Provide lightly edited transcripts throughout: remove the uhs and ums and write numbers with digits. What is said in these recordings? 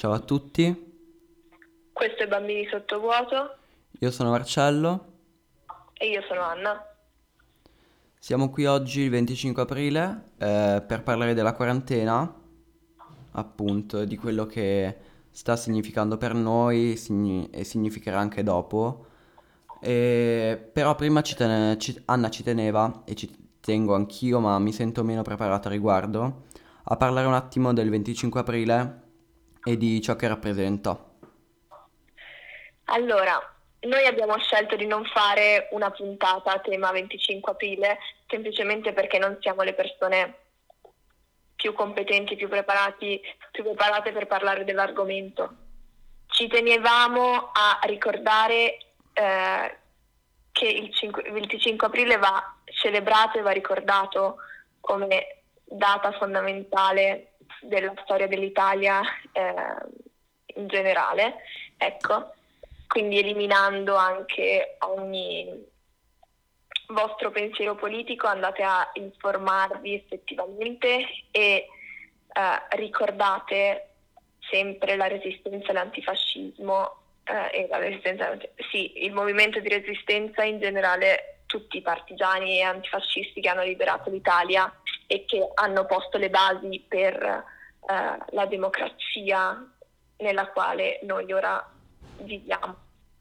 Ciao a tutti, Questo è Bambini Sottovuoto io sono Marcello, e io sono Anna. siamo qui oggi il 25 aprile per parlare della quarantena, appunto, e di quello che sta significando per noi e significherà anche dopo. Però prima Anna ci teneva, e ci tengo anch'io, ma mi sento meno preparato a riguardo, a parlare un attimo del 25 aprile e di ciò che rappresenta. Allora, noi abbiamo scelto di non fare una puntata a tema 25 aprile, semplicemente perché non siamo le persone più competenti, più preparate per parlare dell'argomento. Ci tenevamo a ricordare che il 25 aprile va celebrato e va ricordato come data fondamentale della storia dell'Italia in generale, ecco, quindi eliminando anche ogni vostro pensiero politico, andate a informarvi effettivamente e ricordate sempre la resistenza all'antifascismo e la resistenza, sì, il movimento di resistenza in generale, tutti i partigiani e antifascisti che hanno liberato l'Italia e che hanno posto le basi per la democrazia nella quale noi ora viviamo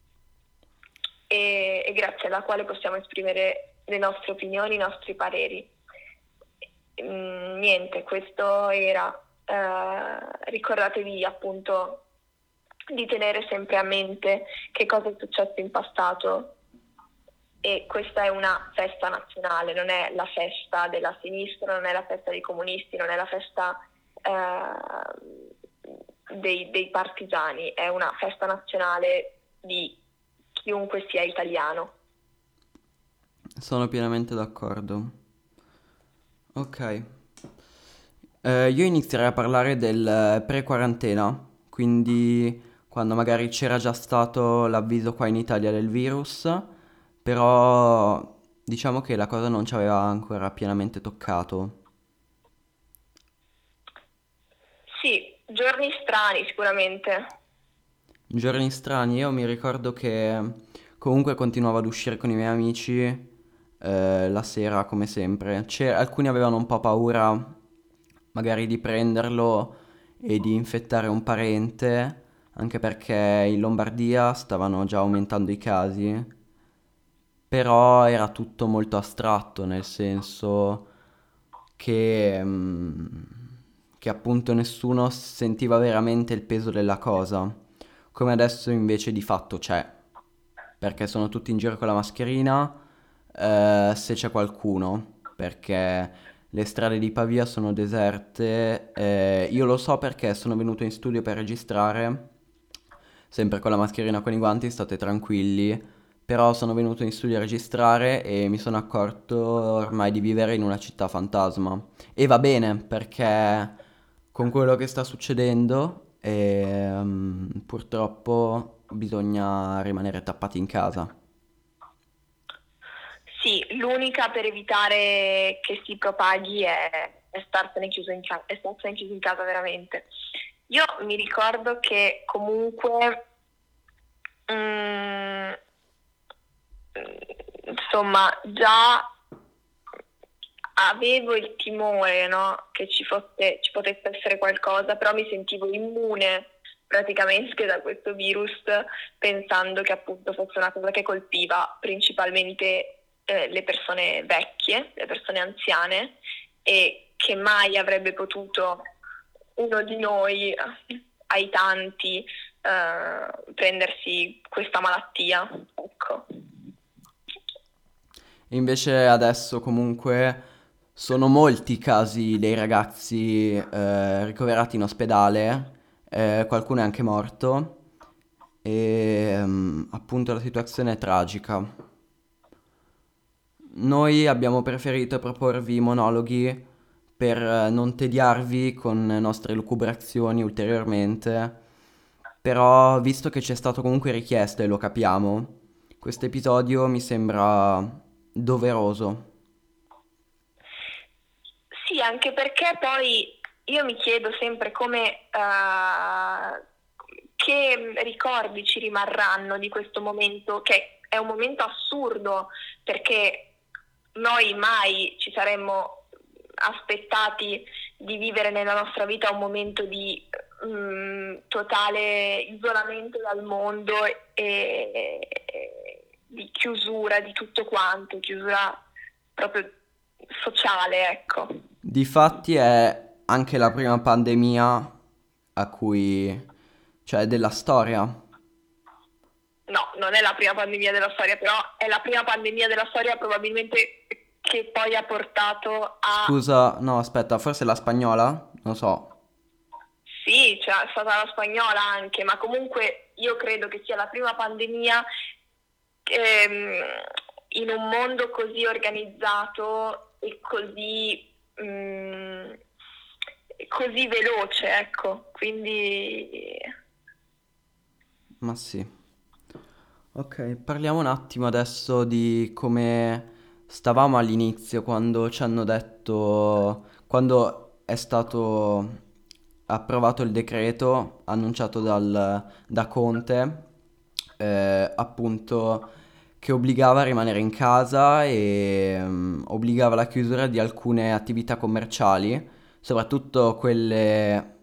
e grazie alla quale possiamo esprimere le nostre opinioni, i nostri pareri. Niente, questo era. Ricordatevi appunto di tenere sempre a mente che cosa è successo in passato e questa è una festa nazionale, non è la festa della sinistra, non è la festa dei comunisti, non è la festa dei partigiani, è una festa nazionale di chiunque sia italiano. Sono pienamente d'accordo. Ok. Io inizierei a parlare del pre-quarantena, quindi quando magari c'era già stato l'avviso qua in Italia del virus, però diciamo che la cosa non ci aveva ancora pienamente toccato. Sì, giorni strani sicuramente. Giorni strani, io mi ricordo che comunque continuavo ad uscire con i miei amici la sera come sempre. Alcuni avevano un po' paura magari di prenderlo e di infettare un parente, anche perché in Lombardia stavano già aumentando i casi, però era tutto molto astratto, nel senso che appunto nessuno sentiva veramente il peso della cosa, come adesso invece di fatto c'è, perché sono tutti in giro con la mascherina, se c'è qualcuno, perché le strade di Pavia sono deserte, io lo so perché sono venuto in studio per registrare, sempre con la mascherina con i guanti, state tranquilli, però sono venuto in studio a registrare e mi sono accorto ormai di vivere in una città fantasma. E va bene, perché con quello che sta succedendo, purtroppo bisogna rimanere tappati in casa. Sì, l'unica per evitare che si propaghi è starsene chiuso in casa, è starsene chiuso in casa veramente. Io mi ricordo che comunque, mm, insomma, già avevo il timore, no, che ci potesse essere qualcosa, però mi sentivo immune praticamente da questo virus, pensando che appunto fosse una cosa che colpiva principalmente le persone vecchie, le persone anziane, e che mai avrebbe potuto uno di noi, ai tanti, prendersi questa malattia. Ecco. E invece adesso comunque sono molti i casi dei ragazzi ricoverati in ospedale, qualcuno è anche morto e appunto la situazione è tragica. Noi abbiamo preferito proporvi monologhi per non tediarvi con nostre lucubrazioni ulteriormente, però visto che ci è stato comunque richiesto e lo capiamo, questo episodio mi sembra doveroso. Sì, anche perché poi io mi chiedo sempre come, che ricordi ci rimarranno di questo momento, che è un momento assurdo, perché noi mai ci saremmo aspettati di vivere nella nostra vita un momento di totale isolamento dal mondo e di chiusura di tutto quanto, chiusura proprio sociale, ecco. Difatti è anche la prima pandemia a cui, cioè della storia. No, non è la prima pandemia della storia, però è la prima pandemia della storia probabilmente che poi ha portato a... Scusa, no, aspetta, forse la spagnola? Non so. Sì, c'è stata la spagnola anche, ma comunque io credo che sia la prima pandemia ehm, in un mondo così organizzato e così veloce, ecco. Quindi Ma sì. Ok, parliamo un attimo adesso di come stavamo all'inizio quando ci hanno detto, quando è stato approvato il decreto annunciato da Conte, appunto che obbligava a rimanere in casa e obbligava la chiusura di alcune attività commerciali, soprattutto quelle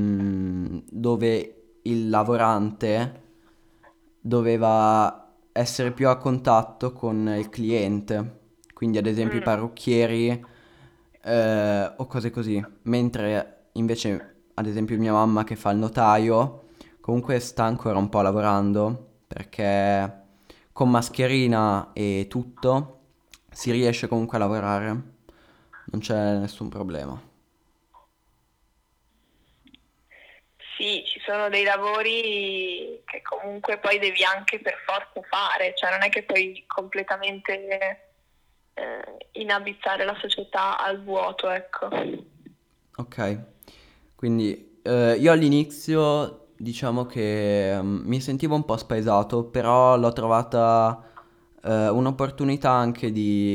dove il lavorante doveva essere più a contatto con il cliente, quindi ad esempio i mm, parrucchieri o cose così, mentre invece ad esempio mia mamma che fa il notaio comunque sta ancora un po' lavorando perché con mascherina e tutto si riesce comunque a lavorare, non c'è nessun problema. sì, ci sono dei lavori che comunque poi devi anche per forza fare, cioè non è che puoi completamente inabissare la società al vuoto, ecco. Ok, quindi io all'inizio diciamo che mi sentivo un po' spaesato, però l'ho trovata un'opportunità anche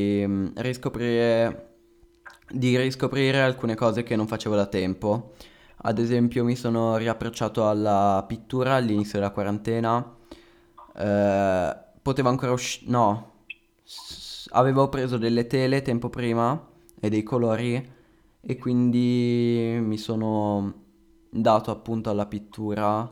di riscoprire alcune cose che non facevo da tempo. Ad esempio mi sono riapprocciato alla pittura all'inizio della quarantena. Potevo ancora uscire... No, avevo preso delle tele tempo prima e dei colori e quindi mi sono dato appunto alla pittura.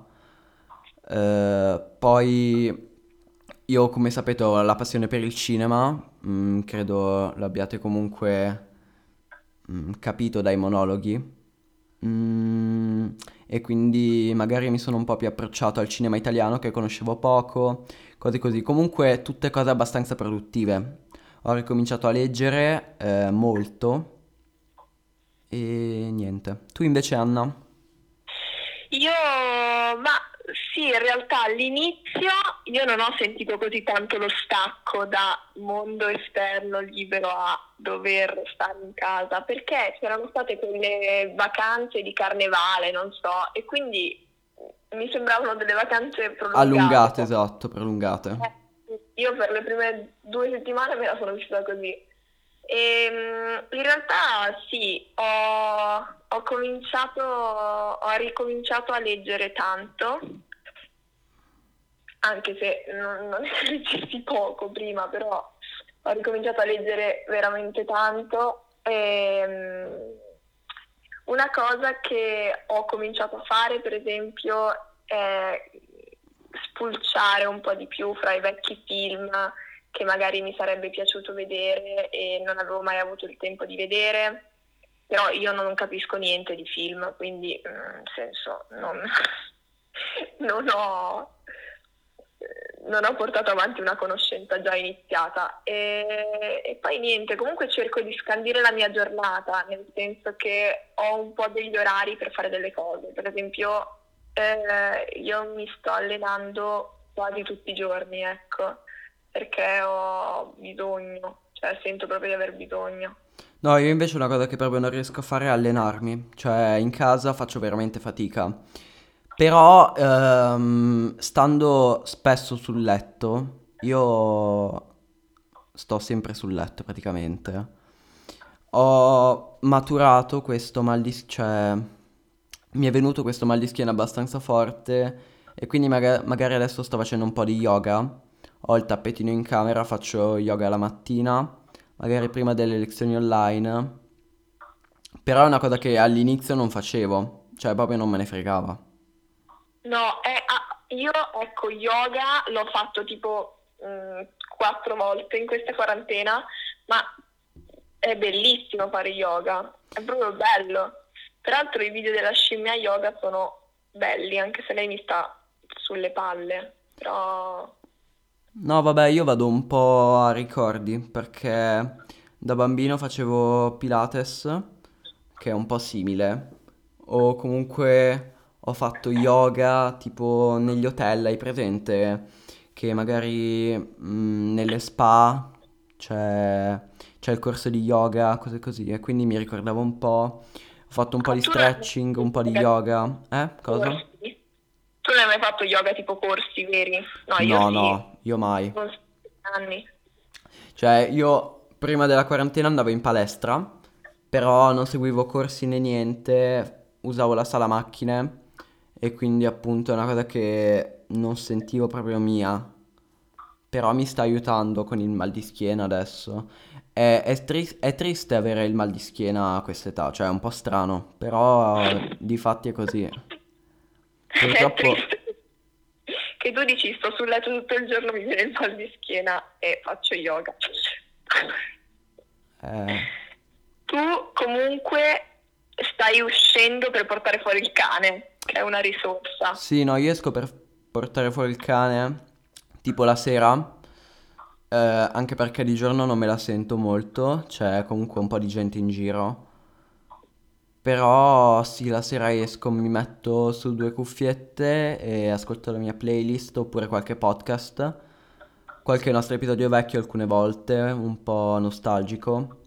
Poi io, come sapete, ho la passione per il cinema, credo l'abbiate comunque capito dai monologhi. Mm, e quindi magari mi sono un po' più approcciato al cinema italiano che conoscevo poco, cose così. Comunque tutte cose abbastanza produttive. Ho ricominciato a leggere molto e niente. Tu invece, Anna? Ma sì, in realtà all'inizio io non ho sentito così tanto lo stacco da mondo esterno libero a dover stare in casa, perché c'erano state quelle vacanze di carnevale, non so, e quindi mi sembravano delle vacanze prolungate. Allungate, esatto, prolungate. Io per le prime 2 settimane me la sono vissuta così. In realtà sì, ho ricominciato a leggere tanto, anche se non è che leggessi poco prima, però ho ricominciato a leggere veramente tanto. Una cosa che ho cominciato a fare, per esempio, è spulciare un po' di più fra i vecchi film che magari mi sarebbe piaciuto vedere e non avevo mai avuto il tempo di vedere, però io non capisco niente di film, quindi nel senso non ho, non ho portato avanti una conoscenza già iniziata e poi niente, comunque cerco di scandire la mia giornata, nel senso che ho un po' degli orari per fare delle cose, per esempio io mi sto allenando quasi tutti i giorni, ecco, perché ho bisogno, cioè sento proprio di aver bisogno. No, io invece una cosa che proprio non riesco a fare è allenarmi, cioè in casa faccio veramente fatica. Però stando spesso sul letto, io sto sempre sul letto praticamente. Ho maturato questo cioè mi è venuto questo mal di schiena abbastanza forte E quindi magari adesso sto facendo un po' di yoga. Ho il tappetino in camera, faccio yoga la mattina, magari prima delle lezioni online. Però è una cosa che all'inizio non facevo, cioè proprio non me ne fregava. No, io ecco, yoga l'ho fatto tipo 4 volte in questa quarantena, ma è bellissimo fare yoga, è proprio bello. Peraltro i video della scimmia yoga sono belli, anche se lei mi sta sulle palle, però No, vabbè, io vado un po' a ricordi perché da bambino facevo Pilates, che è un po' simile, o comunque ho fatto yoga tipo negli hotel, hai presente? Che magari nelle spa c'è, c'è il corso di yoga, cose così, e quindi mi ricordavo un po', ho fatto un po' di tu non hai mai stretching, un fatto po' di yoga yoga. Cosa? corsi? Tu non hai mai fatto yoga tipo corsi veri? No, io No, sì, no, io mai. non so, anni. Cioè, io prima della quarantena andavo in palestra, però non seguivo corsi né niente, usavo la sala macchine e quindi appunto è una cosa che non sentivo proprio mia, però mi sta aiutando con il mal di schiena adesso. È triste avere il mal di schiena a quest'età, cioè è un po' strano, però di fatti è così. È Purtroppo, triste che tu dici sto sul letto tutto il giorno, mi viene il mal di schiena e faccio yoga. eh, Tu comunque stai uscendo per portare fuori il cane, che è una risorsa. sì, no, io esco per portare fuori il cane, tipo la sera. Anche perché di giorno non me la sento molto, c'è comunque un po' di gente in giro. Però sì, la sera esco, mi metto su due cuffiette e ascolto la mia playlist oppure qualche podcast. Qualche nostro episodio vecchio alcune volte, un po' nostalgico.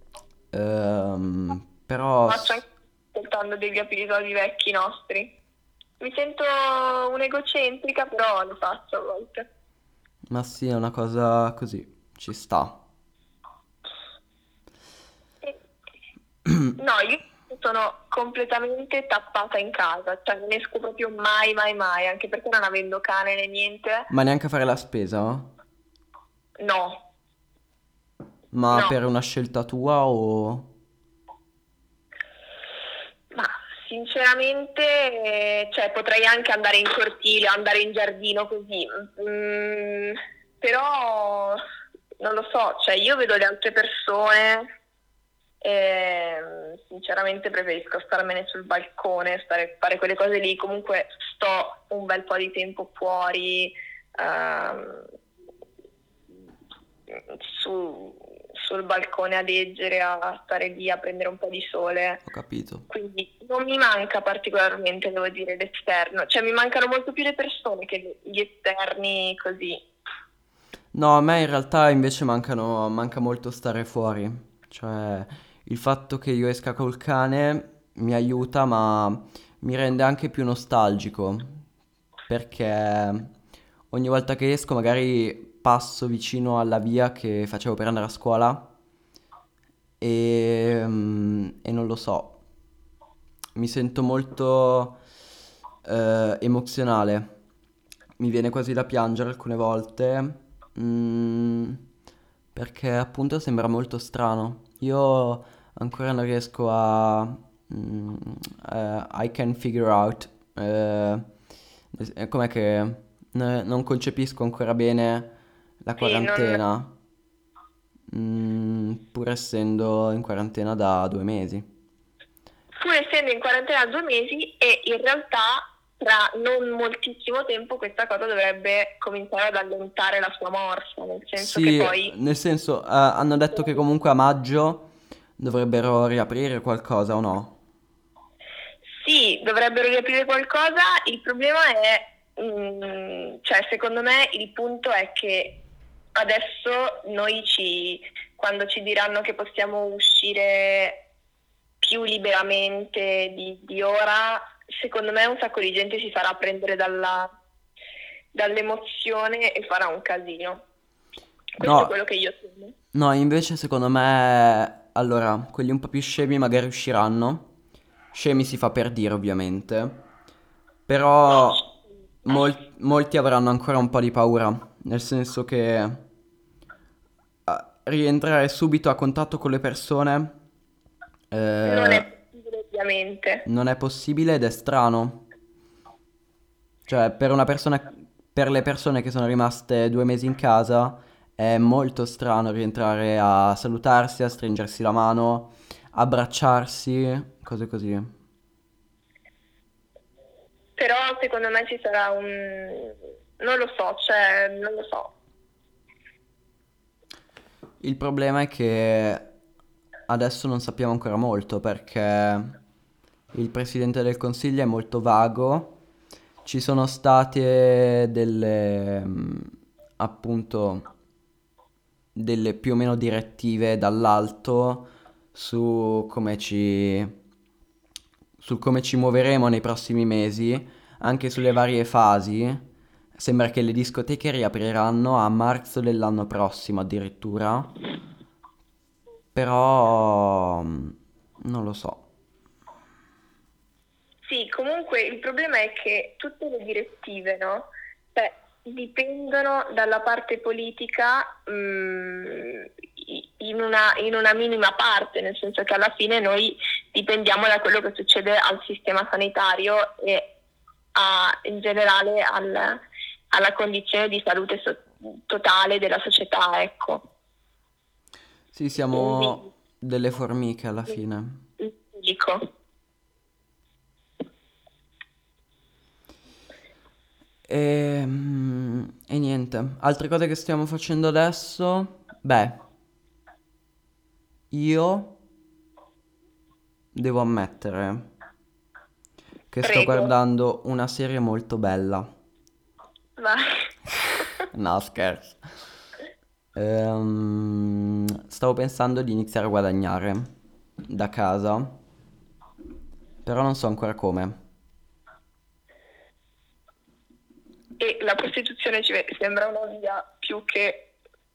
Però Faccio anche ascoltando degli episodi vecchi nostri. Mi sento un'egocentrica, però lo faccio a volte. ma sì, è una cosa così, ci sta. No, io sono completamente tappata in casa, cioè non esco proprio mai, mai, mai, anche perché non avendo cane né niente, Ma neanche a fare la spesa? no, Ma no. per una scelta tua o... Ma sinceramente, cioè, potrei anche andare in cortile, andare in giardino così, però non lo so, cioè io vedo le altre persone e sinceramente preferisco starmene sul balcone, fare quelle cose lì, comunque sto un bel po' di tempo fuori, ehm, sul balcone a leggere, a stare lì, a prendere un po' di sole. Ho capito. Quindi non mi manca particolarmente, devo dire, l'esterno. Cioè mi mancano molto più le persone che gli esterni così. No, a me in realtà invece manca molto stare fuori. Cioè, il fatto che io esca col cane mi aiuta, ma mi rende anche più nostalgico. Perché ogni volta che esco magari passo vicino alla via che facevo per andare a scuola e non lo so, mi sento molto emozionale. Mi viene quasi da piangere alcune volte, mm, perché appunto sembra molto strano. Io ancora non riesco a... mm, I can figure out. Com'è che... non concepisco ancora bene la Sì, non... quarantena, pur essendo in quarantena da 2 mesi. Pur essendo in quarantena 2 mesi e in realtà tra non moltissimo tempo questa cosa dovrebbe cominciare ad allentare la sua morsa, nel senso che Sì, poi nel senso, hanno detto che comunque a maggio dovrebbero riaprire qualcosa o no? sì, dovrebbero riaprire qualcosa, il problema è, cioè secondo me il punto è che adesso quando ci diranno che possiamo uscire più liberamente di ora, secondo me un sacco di gente si farà prendere dall'emozione e farà un casino. Questo è No, quello che io temo. no, invece secondo me, allora, quelli un po' più scemi magari usciranno. Scemi si fa per dire, ovviamente. No, Però, molti avranno ancora un po' di paura, nel senso che rientrare subito a contatto con le persone Non eh, è possibile, ovviamente. non è possibile ed è strano. Cioè, per le persone che sono rimaste 2 mesi in casa, è molto strano rientrare a salutarsi, a stringersi la mano, abbracciarsi, cose così. Però secondo me ci sarà un... Non lo so, cioè, non lo so. Il problema è che adesso non sappiamo ancora molto perché il Presidente del Consiglio è molto vago. Ci sono state appunto, delle più o meno direttive dall'alto su sul come ci muoveremo nei prossimi mesi, anche sulle varie fasi. Sembra che le discoteche riapriranno a marzo dell'anno prossimo addirittura, però non lo so. Sì, comunque il problema è che tutte le direttive, no? Cioè, dipendono dalla parte politica in una minima parte, nel senso che alla fine noi dipendiamo da quello che succede al sistema sanitario e in generale alla condizione di salute totale della società, ecco. Sì, Quindi, siamo delle formiche alla fine. dico. E niente, altre cose che stiamo facendo adesso? Beh, io devo ammettere che sto Prego, guardando una serie molto bella. vai. No, scherzo. Stavo pensando di iniziare a guadagnare da casa, però non so ancora come. E la prostituzione sembra una via più che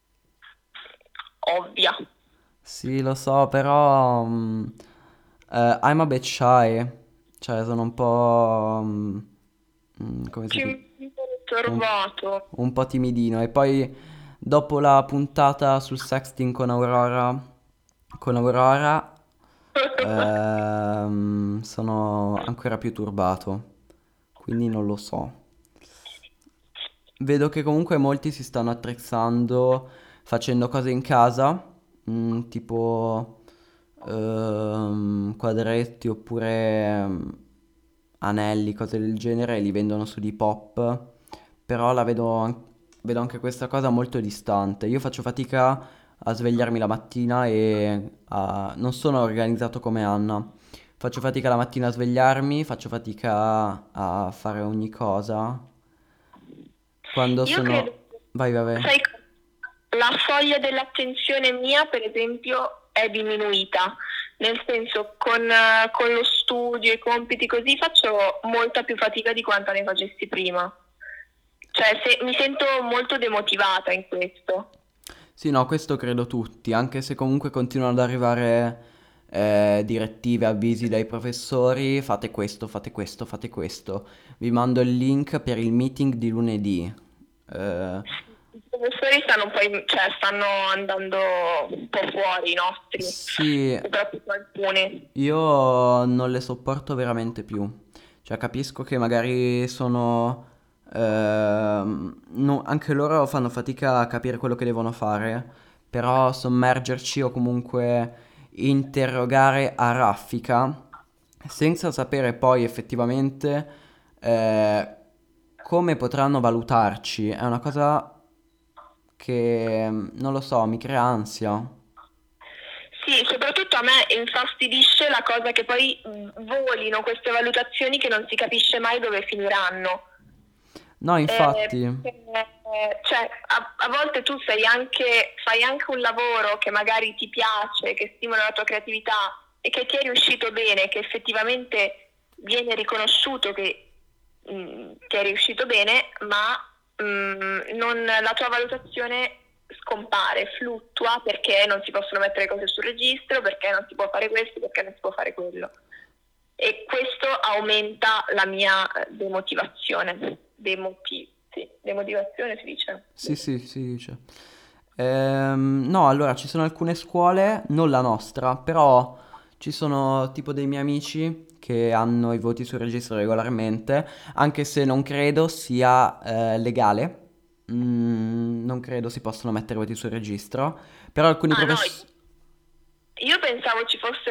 ovvia. Sì, lo so, però I'm a bit shy, cioè sono un po', come si dice, Che un, torbato. un po' timidino. E poi dopo la puntata sul sexting con Aurora, sono ancora più turbato, quindi non lo so. Vedo che comunque molti si stanno attrezzando facendo cose in casa, tipo quadretti oppure anelli, cose del genere, e li vendono su Depop. Però vedo anche questa cosa molto distante. Io faccio fatica a svegliarmi la mattina non sono organizzato come Anna. Faccio fatica la mattina a svegliarmi, faccio fatica a fare ogni cosa. Quando Io credo, sono... Vai, vai, vai. sai, la soglia dell'attenzione mia, per esempio, è diminuita. Nel senso, con lo studio, i compiti così, faccio molta più fatica di quanto ne facessi prima. Cioè, mi sento molto demotivata in questo. Sì, no, questo credo tutti, anche se comunque continuano ad arrivare direttive, avvisi dai professori, fate questo, fate questo, fate questo. Vi mando il link per il meeting di lunedì. Eh, I professori stanno un po' cioè, stanno andando un po' fuori i nostri, sì, soprattutto alcuni. io non le sopporto veramente più. Cioè, capisco che magari sono... anche loro fanno fatica a capire quello che devono fare, però sommergerci o comunque interrogare a raffica senza sapere poi effettivamente eh, come potranno valutarci è una cosa che non lo so, mi crea ansia. Sì, soprattutto a me infastidisce la cosa che poi volino queste valutazioni che non si capisce mai dove finiranno. No, infatti, Cioè, a volte tu fai anche un lavoro che magari ti piace, che stimola la tua creatività e che ti è riuscito bene, che effettivamente viene riconosciuto che ti è riuscito bene, ma la tua valutazione scompare, fluttua perché non si possono mettere cose sul registro, perché non si può fare questo, perché non si può fare quello. E questo aumenta la mia demotivazione, sì, demotivazione si dice. Sì, sì, si dice. No, allora ci sono alcune scuole, non la nostra, però ci sono tipo dei miei amici che hanno i voti sul registro regolarmente, anche se non credo sia legale. Non credo si possano mettere voti sul registro, però alcuni Ah no, professori... io pensavo ci fosse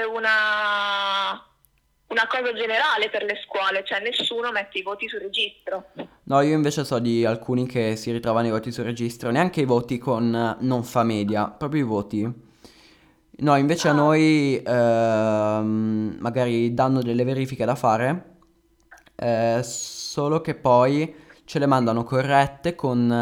una cosa generale per le scuole, cioè nessuno mette i voti sul registro. No, io invece so di alcuni che si ritrovano i voti sul registro, neanche i voti con non fa media, proprio i voti. No, invece a Ah, noi magari danno delle verifiche da fare, solo che poi ce le mandano corrette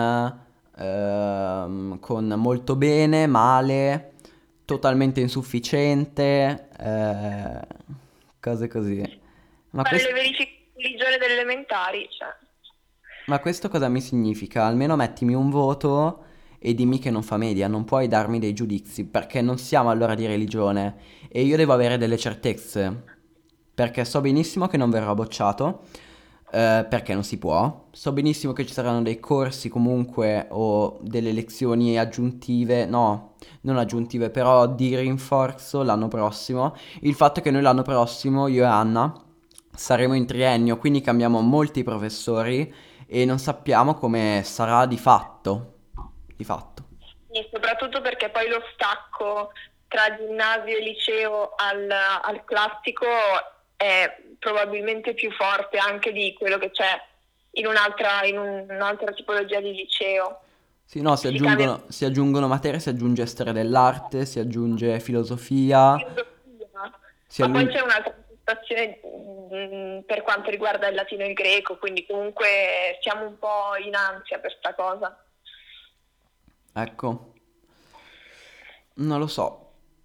con molto bene, male, totalmente insufficiente, cose così. Ma fare le questo... verifiche di religione delle elementari, cioè. Ma questo cosa mi significa? Almeno mettimi un voto e dimmi che non fa media, non puoi darmi dei giudizi, perché non siamo allora di religione e io devo avere delle certezze, perché so benissimo che non verrò bocciato, perché non si può, so benissimo che ci saranno dei corsi comunque o delle lezioni aggiuntive, no, non aggiuntive, però di rinforzo l'anno prossimo. Il fatto è che noi l'anno prossimo, io e Anna, saremo in triennio, quindi cambiamo molti professori e non sappiamo come sarà di fatto. Di fatto. Sì, soprattutto perché poi lo stacco tra ginnasio e liceo al classico è probabilmente più forte anche di quello che c'è in un'altra tipologia di liceo. Sì, no, Si cambia si aggiungono materie, si aggiunge storia dell'arte, si aggiunge filosofia, filosofia, si ma poi allunga... c'è un'altra situazione per quanto riguarda il latino e il greco, quindi comunque siamo un po' in ansia per sta cosa. Ecco, non lo so.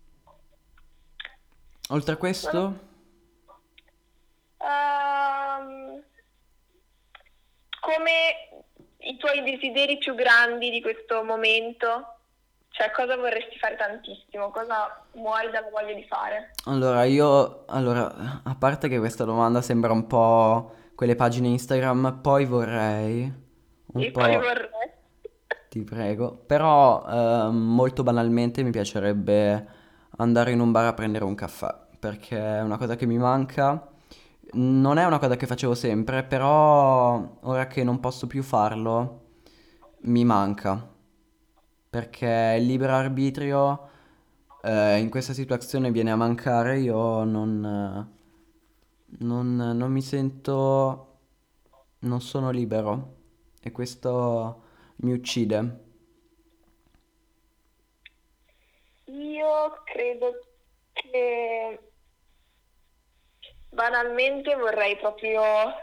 Oltre a Non lo- questo, Ehm, come i tuoi desideri più grandi di questo momento? Cioè, cosa vorresti fare tantissimo? Cosa muori dalla voglia di fare? allora, a parte che questa domanda sembra un po' quelle pagine Instagram, poi vorrei un E poi po'... vorrei. Ti prego. Però molto banalmente mi piacerebbe andare in un bar a prendere un caffè, perché è una cosa che mi manca. Non è una cosa che facevo sempre, però ora che non posso più farlo, mi manca. Perché il libero arbitrio in questa situazione viene a mancare, io non mi sento, non sono libero e questo mi uccide. Io credo che banalmente vorrei proprio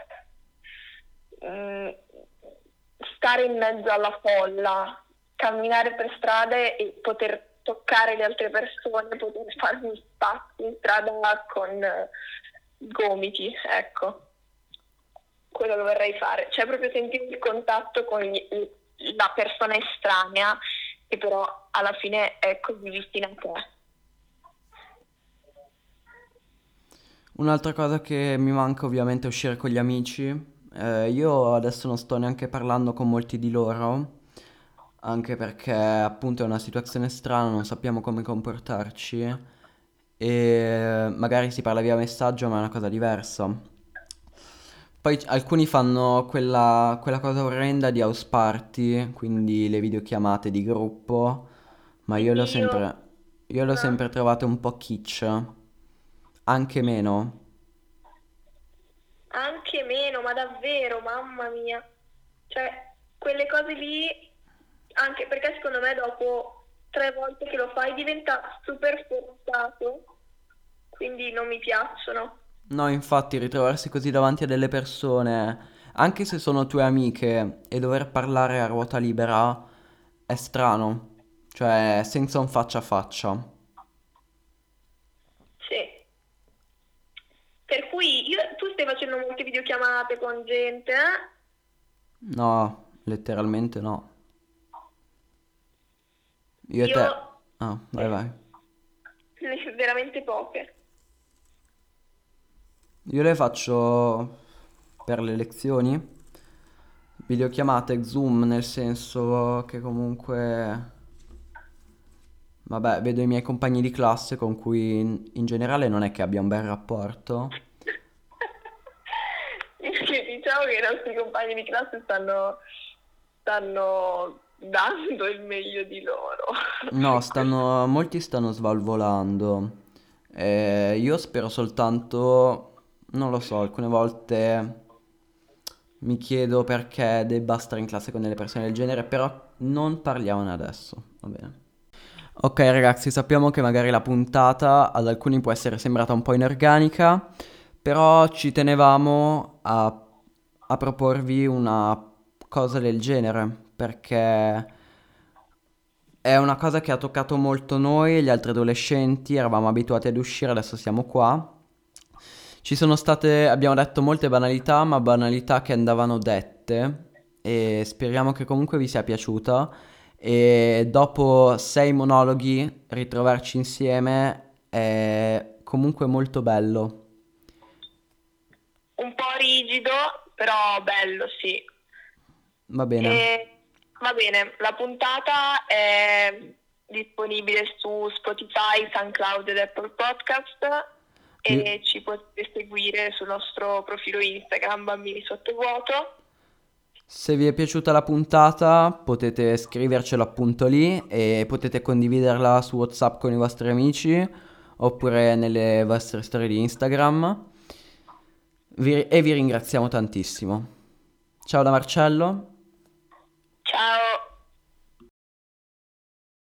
mm, stare in mezzo alla folla, camminare per strade e poter toccare le altre persone, poter farmi spazi in strada con gomiti, ecco, quello che vorrei fare, cioè proprio sentire il contatto con la persona estranea che però alla fine è così vicina a te. Un'altra cosa che mi manca ovviamente è uscire con gli amici. Io adesso non sto neanche parlando con molti di loro, anche perché appunto è una situazione strana, non sappiamo come comportarci e magari si parla via messaggio, ma è una cosa diversa. Poi alcuni fanno quella cosa orrenda di house party, quindi le videochiamate di gruppo, ma Io io l'ho sempre trovato un po' kitsch, anche meno. anche meno, ma davvero, mamma mia. Cioè, quelle cose lì, anche perché secondo me dopo 3 volte che lo fai diventa super forzato, quindi non mi piacciono. No, infatti, ritrovarsi così davanti a delle persone, anche se sono tue amiche, e dover parlare a ruota libera è strano, cioè senza un faccia a faccia. Sì. Per cui tu stai facendo molte videochiamate con gente, eh? No, letteralmente no. Io e Io te... Ah, vai vai. veramente poche. Io le faccio per le lezioni, videochiamate, Zoom, nel senso che comunque, vabbè, vedo i miei compagni di classe con cui in generale non è che abbia un bel rapporto. Diciamo che i nostri compagni di classe stanno dando il meglio di loro. No, molti stanno svalvolando. Io spero soltanto, non lo so, alcune volte mi chiedo perché debba stare in classe con delle persone del genere, però non parliamone adesso, va bene. Ok ragazzi, sappiamo che magari la puntata ad alcuni può essere sembrata un po' inorganica, però ci tenevamo a proporvi una cosa del genere, perché è una cosa che ha toccato molto noi, gli altri adolescenti, eravamo abituati ad uscire, adesso siamo qua. Ci sono state, abbiamo detto molte banalità, ma banalità che andavano dette e speriamo che comunque vi sia piaciuta e dopo 6 monologhi ritrovarci insieme è comunque molto bello. Un po' rigido, però bello, sì. Va bene. Va bene, la puntata è disponibile su Spotify, SoundCloud ed Apple Podcast Vi- e ci potete seguire sul nostro profilo Instagram Bambini Sottovuoto. Se vi è piaciuta la puntata potete scrivercelo appunto lì e potete condividerla su WhatsApp con i vostri amici oppure nelle vostre storie di Instagram. E vi ringraziamo tantissimo. Ciao da Marcello. Ciao!